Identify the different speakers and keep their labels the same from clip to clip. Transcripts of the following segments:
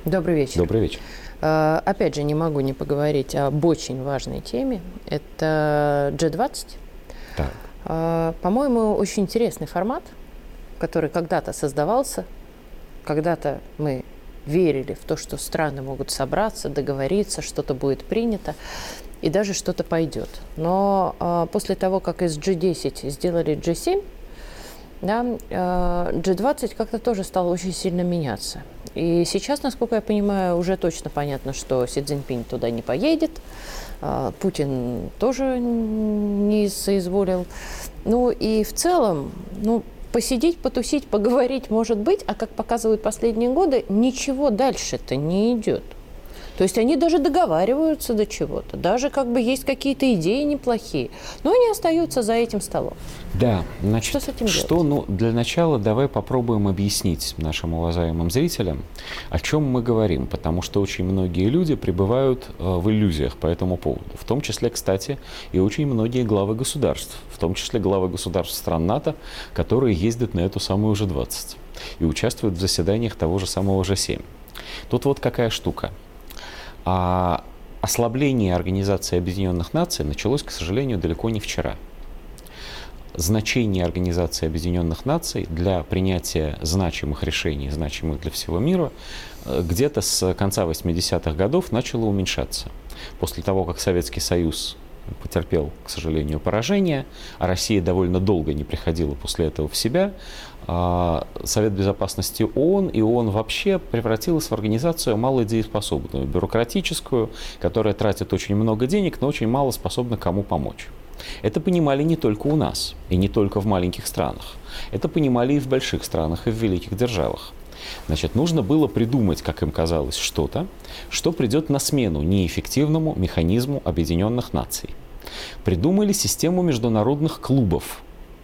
Speaker 1: Добрый вечер.
Speaker 2: Добрый вечер.
Speaker 1: Опять же, не могу не поговорить об очень важной теме. Это G20.
Speaker 2: Так.
Speaker 1: По-моему, очень интересный формат, который когда-то создавался. Когда-то мы верили в то, что страны могут собраться, договориться, что-то будет принято, и даже что-то пойдет. Но после того, как из G10 сделали G7, да, G20 как-то тоже стал очень сильно меняться. И сейчас, насколько я понимаю, уже точно понятно, что Си Цзиньпинь туда не поедет, Путин тоже не соизволил. Ну и в целом, посидеть, потусить, поговорить может быть, а как показывают последние годы, ничего дальше-то не идет. То есть они даже договариваются до чего-то, даже есть какие-то идеи неплохие, но они остаются за этим столом.
Speaker 2: Да, значит,
Speaker 1: что с этим делать?
Speaker 2: Для начала давай попробуем объяснить нашим уважаемым зрителям, о чем мы говорим, потому что очень многие люди пребывают в иллюзиях по этому поводу, в том числе, кстати, и очень многие главы государств, в том числе главы государств стран НАТО, которые ездят на эту самую G20 и участвуют в заседаниях того же самого G7. Тут вот какая штука. Ослабление Организации Объединенных Наций началось, к сожалению, далеко не вчера. Значение Организации Объединенных Наций для принятия значимых решений, значимых для всего мира, где-то с конца 80-х годов начало уменьшаться. После того, как Советский Союз потерпел, к сожалению, поражение, а Россия довольно долго не приходила после этого в себя, Совет Безопасности ООН и ООН вообще превратилась в организацию малодееспособную, бюрократическую, которая тратит очень много денег, но очень мало способна кому помочь. Это понимали не только у нас, и не только в маленьких странах. Это понимали и в больших странах, и в великих державах. Значит, нужно было придумать, как им казалось, что-то, что придет на смену неэффективному механизму Объединенных Наций. Придумали систему международных клубов.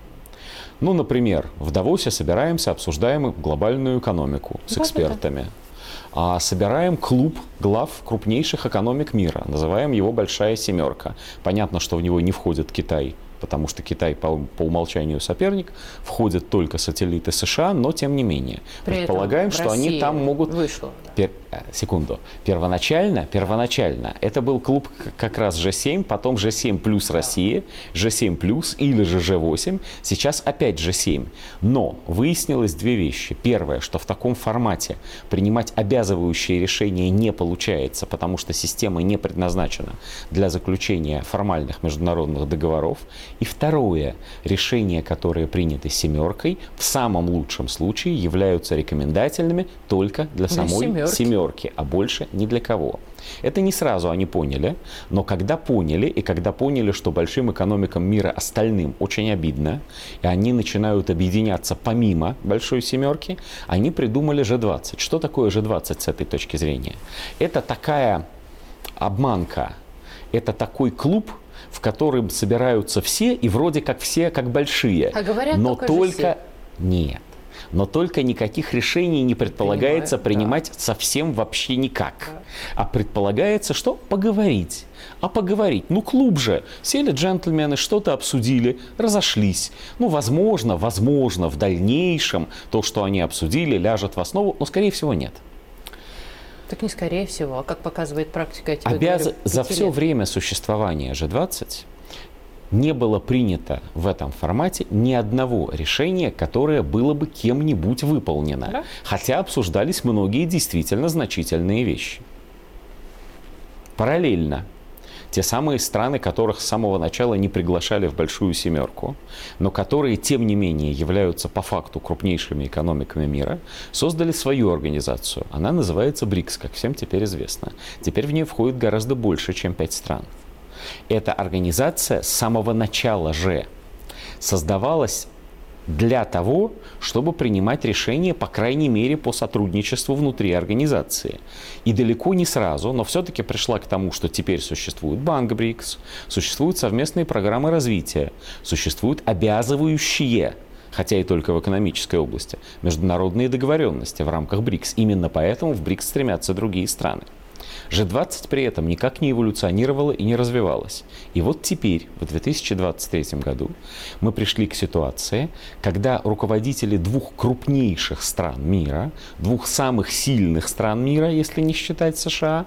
Speaker 2: Например, в Давосе собираемся, обсуждаем глобальную экономику с экспертами. Собираем клуб глав крупнейших экономик мира, называем его «Большая семерка». Понятно, что в него не входит Китай, потому что Китай по умолчанию соперник, входят только сателлиты США, но тем не менее. Предполагаем, что они там могут... Секунду. Первоначально это был клуб как раз G7, потом G7 плюс Россия, G7 плюс или же G8, сейчас опять G7. Но выяснилось две вещи. Первое, что в таком формате принимать обязывающие решения не получается, потому что система не предназначена для заключения формальных международных договоров. И второе, решения, которые приняты семеркой, в самом лучшем случае являются рекомендательными только для самой семерки, а больше ни для кого. Это не сразу они поняли, но когда поняли, что большим экономикам мира остальным очень обидно, и они начинают объединяться помимо большой семерки, они придумали G20. Что такое G20 с этой точки зрения? Это такая обманка, это такой клуб, в котором собираются все, и вроде как все как большие.
Speaker 1: А говорят, но только
Speaker 2: нет. Но только никаких решений не предполагается принимать совсем вообще никак. Да. А предполагается, что поговорить. Поговорить. Клуб же. Сели джентльмены, что-то обсудили, разошлись. Возможно, в дальнейшем то, что они обсудили, ляжет в основу, но, скорее всего, нет.
Speaker 1: Так не скорее всего, а как показывает практика,
Speaker 2: за все время существования G20 не было принято в этом формате ни одного решения, которое было бы кем-нибудь выполнено. Да? Хотя обсуждались многие действительно значительные вещи. Параллельно те самые страны, которых с самого начала не приглашали в большую семерку, но которые, тем не менее, являются по факту крупнейшими экономиками мира, создали свою организацию. Она называется БРИКС, как всем теперь известно. Теперь в нее входит гораздо больше, чем 5 стран. Эта организация с самого начала же создавалась для того, чтобы принимать решения, по крайней мере, по сотрудничеству внутри организации. И далеко не сразу, но все-таки пришла к тому, что теперь существует банк БРИКС, существуют совместные программы развития, существуют обязывающие, хотя и только в экономической области, международные договоренности в рамках БРИКС. Именно поэтому в БРИКС стремятся другие страны. G20 при этом никак не эволюционировала и не развивалась. И вот теперь, в 2023 году, мы пришли к ситуации, когда руководители двух крупнейших стран мира, двух самых сильных стран мира, если не считать США,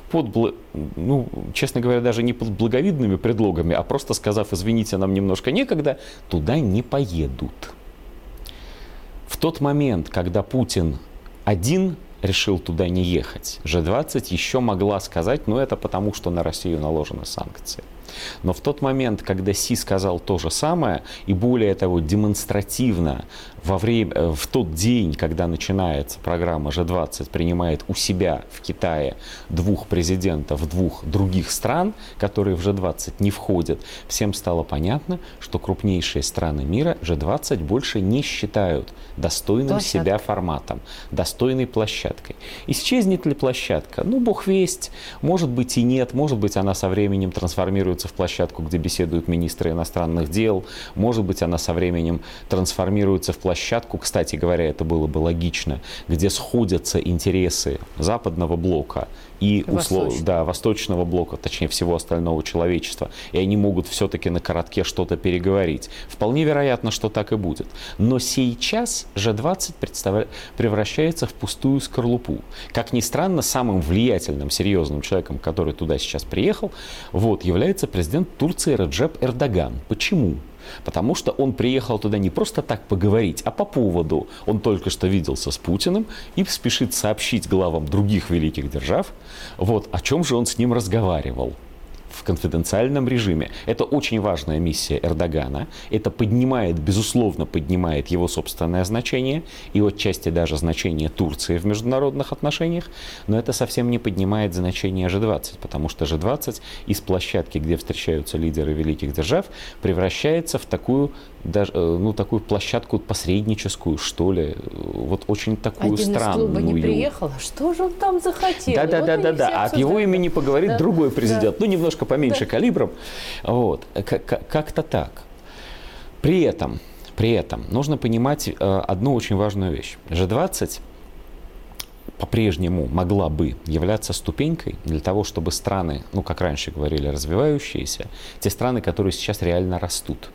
Speaker 2: честно говоря, даже не под благовидными предлогами, а просто сказав, извините, нам немножко некогда, туда не поедут. В тот момент, когда Путин один решил туда не ехать, G20 еще могла сказать, это потому, что на Россию наложены санкции. Но в тот момент, когда Си сказал то же самое, и более того, демонстративно в тот день, когда начинается программа G20, принимает у себя в Китае двух президентов двух других стран, которые в G20 не входят, всем стало понятно, что крупнейшие страны мира G20 больше не считают достойным себя форматом, достойной площадкой. Исчезнет ли площадка? Бог весть. Может быть и нет. Может быть, она со временем трансформируется в площадку, где беседуют министры иностранных дел. Может быть, она со временем трансформируется в площадку, кстати говоря, это было бы логично, где сходятся интересы западного блока и восточного блока, точнее всего остального человечества. И они могут все-таки на коротке что-то переговорить. Вполне вероятно, что так и будет. Но сейчас G20 превращается в пустую скорлупу. Как ни странно, самым влиятельным, серьезным человеком, который туда сейчас приехал, является президент Турции Реджеп Эрдоган. Почему? Потому что он приехал туда не просто так поговорить, а по поводу. Он только что виделся с Путиным и спешит сообщить главам других великих держав, о чем же он с ним разговаривал. В конфиденциальном режиме. Это очень важная миссия Эрдогана. Это безусловно поднимает его собственное значение и отчасти даже значение Турции в международных отношениях, но это совсем не поднимает значение G20, потому что G20 из площадки, где встречаются лидеры великих держав, превращается в такую площадку посредническую, что ли, очень такую странную.
Speaker 1: Один из клуба не приехал, что же он там захотел?
Speaker 2: Да. От его имени поговорит другой президент, немножко поменьше калибром. Как-то так. При этом нужно понимать одну очень важную вещь. G20 по-прежнему могла бы являться ступенькой для того, чтобы страны, как раньше говорили, развивающиеся, те страны, которые сейчас реально растут,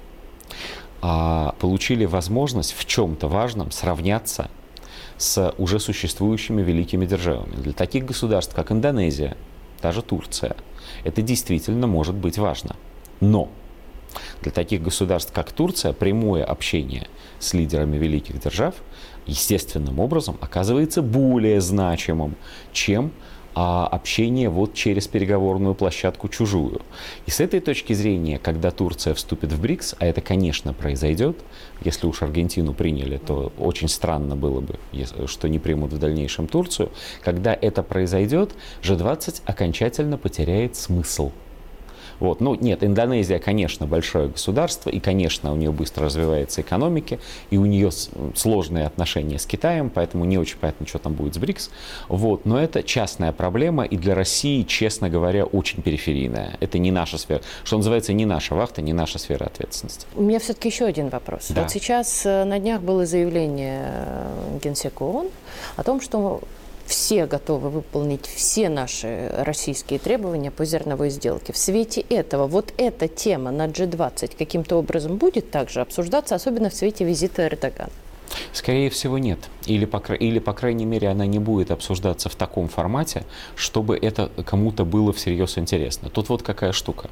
Speaker 2: получили возможность в чем-то важном сравняться с уже существующими великими державами. Для таких государств, как Индонезия, даже Турция, это действительно может быть важно. Но для таких государств, как Турция, прямое общение с лидерами великих держав естественным образом оказывается более значимым, чем общение через переговорную площадку чужую. И с этой точки зрения, когда Турция вступит в БРИКС, а это, конечно, произойдет, если уж Аргентину приняли, то очень странно было бы, что не примут в дальнейшем Турцию, когда это произойдет, G20 окончательно потеряет смысл. Нет, Индонезия, конечно, большое государство, и, конечно, у нее быстро развивается экономика, и у нее сложные отношения с Китаем, поэтому не очень понятно, что там будет с БРИКС. Но это частная проблема, и для России, честно говоря, очень периферийная. Это не наша сфера, что называется, не наша вахта, не наша сфера ответственности.
Speaker 1: У меня все-таки еще один вопрос.
Speaker 2: Да.
Speaker 1: Сейчас на днях было заявление Генсека ООН о том, что все готовы выполнить все наши российские требования по зерновой сделке. В свете этого эта тема на G20 каким-то образом будет также обсуждаться, особенно в свете визита Эрдогана?
Speaker 2: Скорее всего, нет. Или, по крайней мере, она не будет обсуждаться в таком формате, чтобы это кому-то было всерьез интересно. Тут какая штука.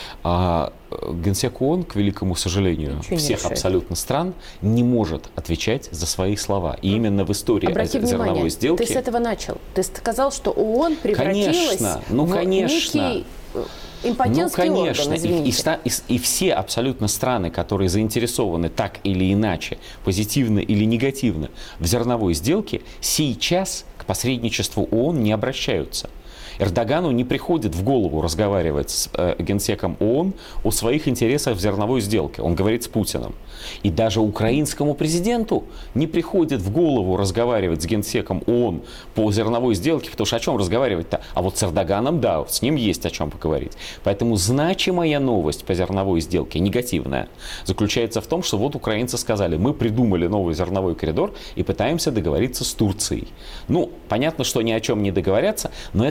Speaker 2: Генсек ООН, к великому сожалению, всех абсолютно стран, не может отвечать за свои слова. И именно в истории зерновой сделки...
Speaker 1: Ты с этого начал. Ты сказал, что ООН превратилась в некий... импотентский орган, извините.
Speaker 2: И все абсолютно страны, которые заинтересованы так или иначе, позитивно или негативно в зерновой сделке, сейчас к посредничеству ООН не обращаются. Эрдогану не приходит в голову разговаривать с генсеком ООН о своих интересах в зерновой сделке. Он говорит с Путиным. И даже украинскому президенту не приходит в голову разговаривать с генсеком ООН по зерновой сделке, потому что о чем разговаривать-то? А вот с Эрдоганом, да, с ним есть о чем поговорить. Поэтому значимая новость по зерновой сделке, негативная, заключается в том, что украинцы сказали, мы придумали новый зерновой коридор и пытаемся договориться с Турцией. Понятно, что ни о чем не договорятся, но это, по крайней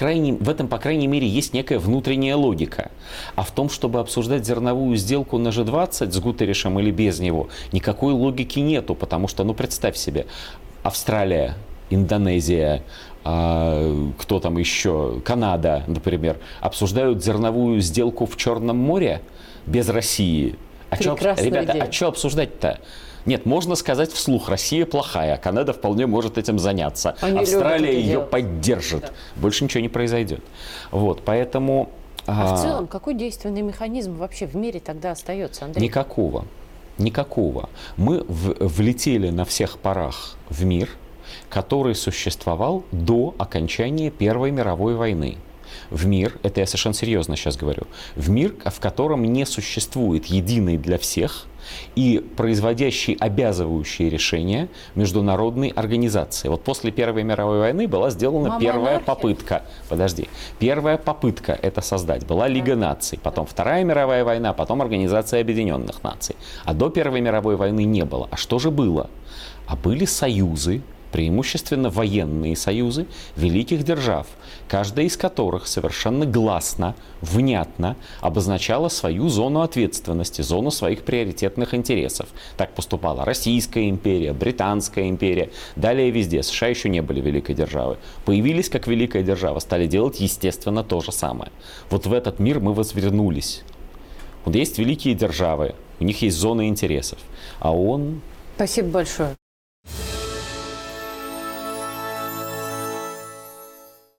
Speaker 2: этом, по крайней мере, есть некая внутренняя логика. А в том, чтобы обсуждать зерновую сделку на G20 с Гутерришем или без него, никакой логики нету, потому что, ну, представь себе, Австралия, Индонезия, кто там еще, Канада, например, обсуждают зерновую сделку в Черном море без России. Ребята, а что обсуждать-то? Нет, можно сказать вслух, Россия плохая, Канада вполне может этим заняться.
Speaker 1: Они
Speaker 2: Австралия ее поддержит. Да. Больше ничего не произойдет. Вот, поэтому...
Speaker 1: А в целом, какой действенный механизм вообще в мире тогда остается, Андрей?
Speaker 2: Никакого. Никакого. Мы влетели на всех парах в мир, который существовал до окончания Первой мировой войны. В мир, это я совершенно серьезно сейчас говорю, в мир, в котором не существует единой для всех и производящей обязывающие решения международной организации. Вот после Первой мировой войны была сделана первая попытка. Первая попытка это создать была Лига наций, потом Вторая мировая война, потом Организация Объединенных Наций. А до Первой мировой войны не было. А что же было? А были союзы, преимущественно военные союзы великих держав, каждая из которых совершенно гласно, внятно обозначала свою зону ответственности, зону своих приоритетных интересов. Так поступала Российская империя, Британская империя, далее везде. США еще не были великой державой. Появились как великая держава, стали делать, естественно, то же самое. Вот в этот мир мы возвернулись. Вот есть великие державы, у них есть зоны интересов, а он...
Speaker 1: Спасибо большое.